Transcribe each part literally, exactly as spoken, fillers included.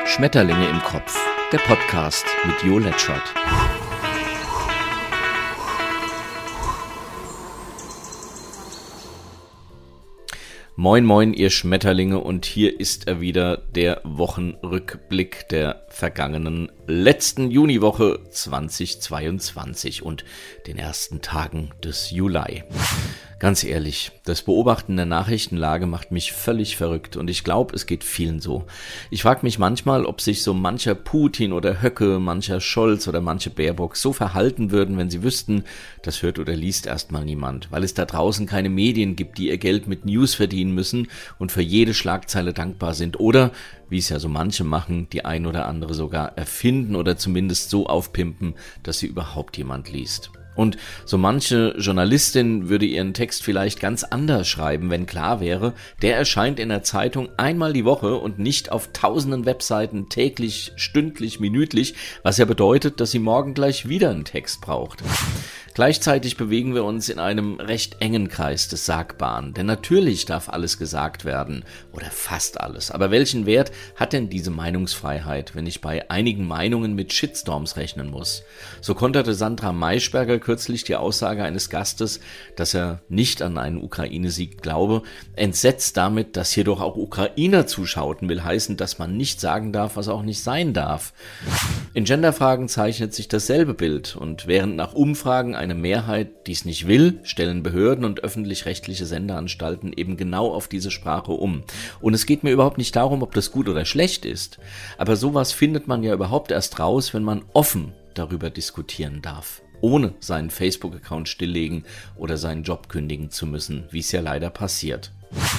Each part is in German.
Schmetterlinge im Kopf, der Podcast mit Jo Letschert. Moin moin ihr Schmetterlinge, und hier ist er wieder, der Wochenrückblick der vergangenen letzten Juniwoche zweitausendzweiundzwanzig und den ersten Tagen des Juli. Ganz ehrlich, das Beobachten der Nachrichtenlage macht mich völlig verrückt, und ich glaube, es geht vielen so. Ich frage mich manchmal, ob sich so mancher Putin oder Höcke, mancher Scholz oder manche Baerbock so verhalten würden, wenn sie wüssten, das hört oder liest erstmal niemand, weil es da draußen keine Medien gibt, die ihr Geld mit News verdienen müssen und für jede Schlagzeile dankbar sind, oder, wie es ja so manche machen, die ein oder andere sogar erfinden oder zumindest so aufpimpen, dass sie überhaupt jemand liest. Und so manche Journalistin würde ihren Text vielleicht ganz anders schreiben, wenn klar wäre, der erscheint in der Zeitung einmal die Woche und nicht auf tausenden Webseiten täglich, stündlich, minütlich, was ja bedeutet, dass sie morgen gleich wieder einen Text braucht. Gleichzeitig bewegen wir uns in einem recht engen Kreis des Sagbaren, denn natürlich darf alles gesagt werden, oder fast alles. Aber welchen Wert hat denn diese Meinungsfreiheit, wenn ich bei einigen Meinungen mit Shitstorms rechnen muss? So konterte Sandra Maischberger kürzlich die Aussage eines Gastes, dass er nicht an einen Ukraine-Sieg glaube, entsetzt damit, dass hier doch auch Ukrainer zuschauten, will heißen, dass man nicht sagen darf, was auch nicht sein darf. In Genderfragen zeichnet sich dasselbe Bild, und während nach Umfragen eine Mehrheit dies nicht will, stellen Behörden und öffentlich-rechtliche Sendeanstalten eben genau auf diese Sprache um. Und es geht mir überhaupt nicht darum, ob das gut oder schlecht ist, aber sowas findet man ja überhaupt erst raus, wenn man offen darüber diskutieren darf, ohne seinen Facebook-Account stilllegen oder seinen Job kündigen zu müssen, wie es ja leider passiert.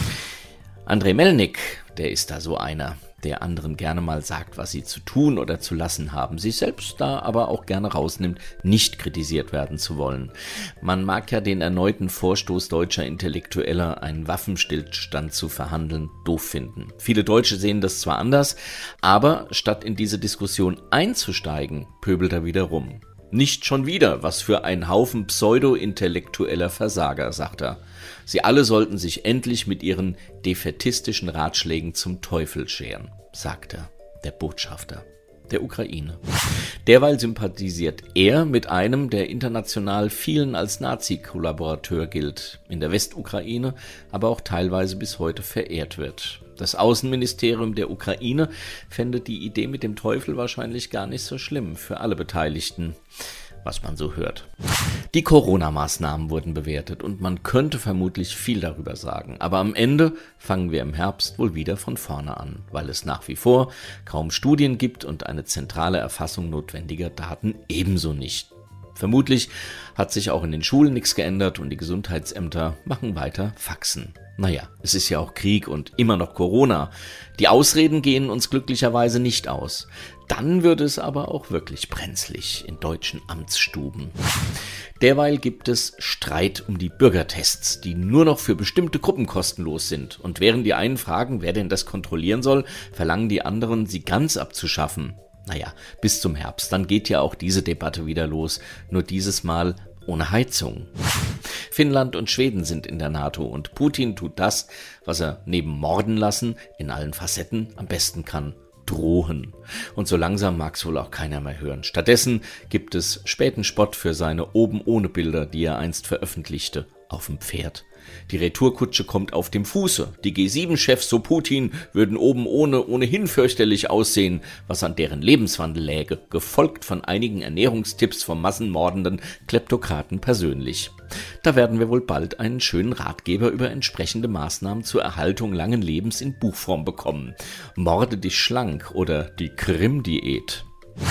Andrei Melnik, der ist da so einer, der anderen gerne mal sagt, was sie zu tun oder zu lassen haben, sich selbst da aber auch gerne rausnimmt, nicht kritisiert werden zu wollen. Man mag ja den erneuten Vorstoß deutscher Intellektueller, einen Waffenstillstand zu verhandeln, doof finden. Viele Deutsche sehen das zwar anders, aber statt in diese Diskussion einzusteigen, pöbelt er wieder rum. Nicht schon wieder, was für ein Haufen pseudo-intellektueller Versager, sagt er. Sie alle sollten sich endlich mit ihren defaitistischen Ratschlägen zum Teufel scheren, sagt er, der Botschafter der Ukraine. Derweil sympathisiert er mit einem, der international vielen als Nazi-Kollaborateur gilt, in der Westukraine, aber auch teilweise bis heute verehrt wird. Das Außenministerium der Ukraine fände die Idee mit dem Teufel wahrscheinlich gar nicht so schlimm für alle Beteiligten, was man so hört. Die Corona-Maßnahmen wurden bewertet, und man könnte vermutlich viel darüber sagen. Aber am Ende fangen wir im Herbst wohl wieder von vorne an, weil es nach wie vor kaum Studien gibt und eine zentrale Erfassung notwendiger Daten ebenso nicht. Vermutlich hat sich auch in den Schulen nichts geändert, und die Gesundheitsämter machen weiter Faxen. Naja, es ist ja auch Krieg und immer noch Corona. Die Ausreden gehen uns glücklicherweise nicht aus. Dann wird es aber auch wirklich brenzlig in deutschen Amtsstuben. Derweil gibt es Streit um die Bürgertests, die nur noch für bestimmte Gruppen kostenlos sind. Und während die einen fragen, wer denn das kontrollieren soll, verlangen die anderen, sie ganz abzuschaffen. Naja, bis zum Herbst, dann geht ja auch diese Debatte wieder los, nur dieses Mal ohne Heizung. Finnland und Schweden sind in der NATO, und Putin tut das, was er neben Morden lassen in allen Facetten am besten kann: drohen. Und so langsam mag's wohl auch keiner mehr hören. Stattdessen gibt es späten Spott für seine Oben-ohne-Bilder, die er einst veröffentlichte, auf dem Pferd. Die Retourkutsche kommt auf dem Fuße. Die G sieben Chefs, so Putin, würden oben ohne ohnehin fürchterlich aussehen, was an deren Lebenswandel läge, gefolgt von einigen Ernährungstipps vom massenmordenden Kleptokraten persönlich. Da werden wir wohl bald einen schönen Ratgeber über entsprechende Maßnahmen zur Erhaltung langen Lebens in Buchform bekommen. Morde dich schlank oder die Krim-Diät.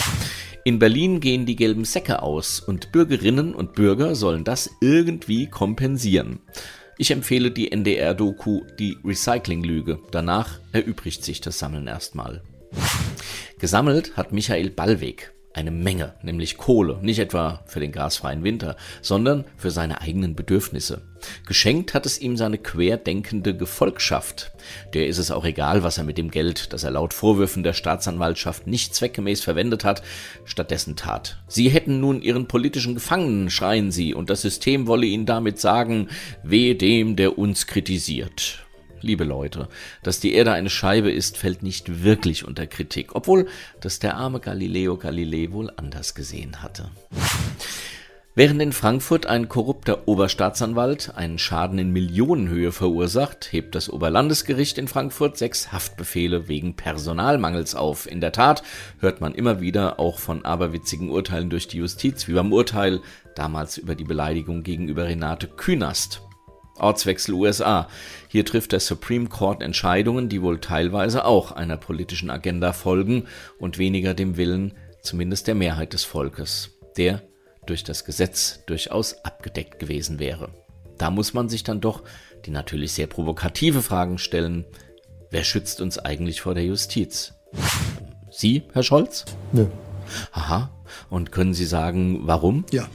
In Berlin gehen die gelben Säcke aus, und Bürgerinnen und Bürger sollen das irgendwie kompensieren. Ich empfehle die N D R-Doku Die Recycling-Lüge. Danach erübrigt sich das Sammeln erstmal. Gesammelt hat Michael Ballweg eine Menge, nämlich Kohle, nicht etwa für den gasfreien Winter, sondern für seine eigenen Bedürfnisse. Geschenkt hat es ihm seine querdenkende Gefolgschaft. Der ist es auch egal, was er mit dem Geld, das er laut Vorwürfen der Staatsanwaltschaft nicht zweckgemäß verwendet hat, stattdessen tat. Sie hätten nun ihren politischen Gefangenen, schreien sie, und das System wolle ihnen damit sagen, wehe dem, der uns kritisiert. liebe Leute, dass die Erde eine Scheibe ist, fällt nicht wirklich unter Kritik, obwohl das der arme Galileo Galilei wohl anders gesehen hatte. Während in Frankfurt ein korrupter Oberstaatsanwalt einen Schaden in Millionenhöhe verursacht, hebt das Oberlandesgericht in Frankfurt sechs Haftbefehle wegen Personalmangels auf. In der Tat hört man immer wieder auch von aberwitzigen Urteilen durch die Justiz, wie beim Urteil damals über die Beleidigung gegenüber Renate Künast. Ortswechsel U S A. Hier trifft der Supreme Court Entscheidungen, die wohl teilweise auch einer politischen Agenda folgen und weniger dem Willen zumindest der Mehrheit des Volkes, der durch das Gesetz durchaus abgedeckt gewesen wäre. Da muss man sich dann doch die natürlich sehr provokative Fragen stellen: Wer schützt uns eigentlich vor der Justiz? Sie, Herr Scholz? Nö. Aha. Und können Sie sagen, warum? Ja.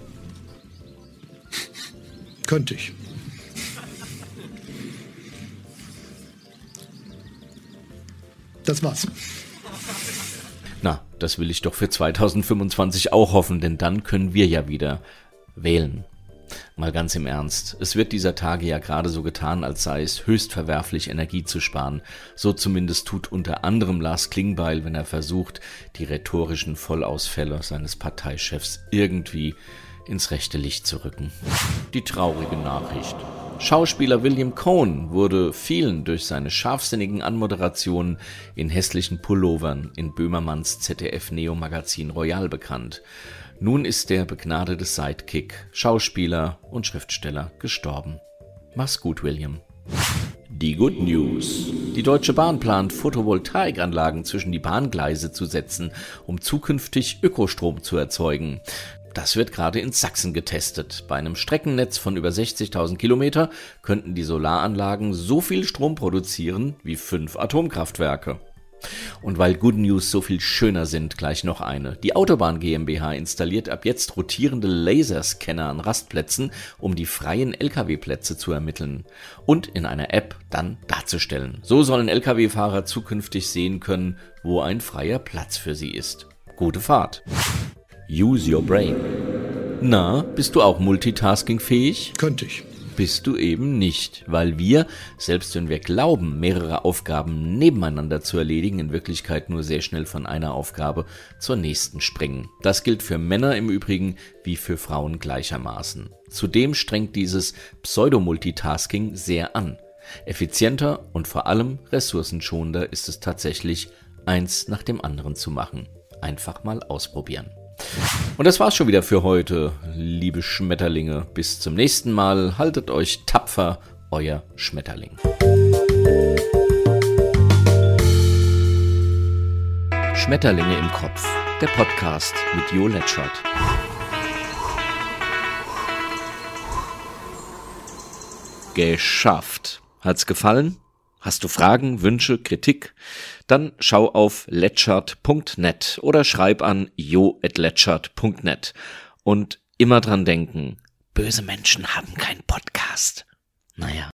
Könnte ich. Das war's. Na, das will ich doch für zweitausendfünfundzwanzig auch hoffen, denn dann können wir ja wieder wählen. Mal ganz im Ernst, es wird dieser Tage ja gerade so getan, als sei es höchst verwerflich, Energie zu sparen. So zumindest tut unter anderem Lars Klingbeil, wenn er versucht, die rhetorischen Vollausfälle seines Parteichefs irgendwie ins rechte Licht zu rücken. Die traurige Nachricht: Schauspieler William Cohn wurde vielen durch seine scharfsinnigen Anmoderationen in hässlichen Pullovern in Böhmermanns Z D F-Neo-Magazin Royal bekannt. Nun ist der begnadete Sidekick, Schauspieler und Schriftsteller gestorben. Mach's gut, William. Die Good News. Die Deutsche Bahn plant, Photovoltaikanlagen zwischen die Bahngleise zu setzen, um zukünftig Ökostrom zu erzeugen. Das wird gerade in Sachsen getestet. Bei einem Streckennetz von über sechzigtausend Kilometer könnten die Solaranlagen so viel Strom produzieren wie fünf Atomkraftwerke. Und weil Good News so viel schöner sind, gleich noch eine. Die Autobahn GmbH installiert ab jetzt rotierende Laserscanner an Rastplätzen, um die freien L K W-Plätze zu ermitteln und in einer App dann darzustellen. So sollen L K W-Fahrer zukünftig sehen können, wo ein freier Platz für sie ist. Gute Fahrt. Use your brain. Na, bist du auch multitaskingfähig? Könnte ich. Bist du eben nicht, weil wir, selbst wenn wir glauben, mehrere Aufgaben nebeneinander zu erledigen, in Wirklichkeit nur sehr schnell von einer Aufgabe zur nächsten springen. Das gilt für Männer im Übrigen wie für Frauen gleichermaßen. Zudem strengt dieses Pseudo-Multitasking sehr an. Effizienter und vor allem ressourcenschonender ist es tatsächlich, eins nach dem anderen zu machen. Einfach mal ausprobieren. Und das war's schon wieder für heute, liebe Schmetterlinge. Bis zum nächsten Mal. Haltet euch tapfer, euer Schmetterling. Schmetterlinge im Kopf, der Podcast mit Jo Letschert. Geschafft. Hat's gefallen? Hast du Fragen, Wünsche, Kritik? Dann schau auf letschert punkt net oder schreib an jo at letschert punkt net. Und immer dran denken, böse Menschen haben keinen Podcast. Naja.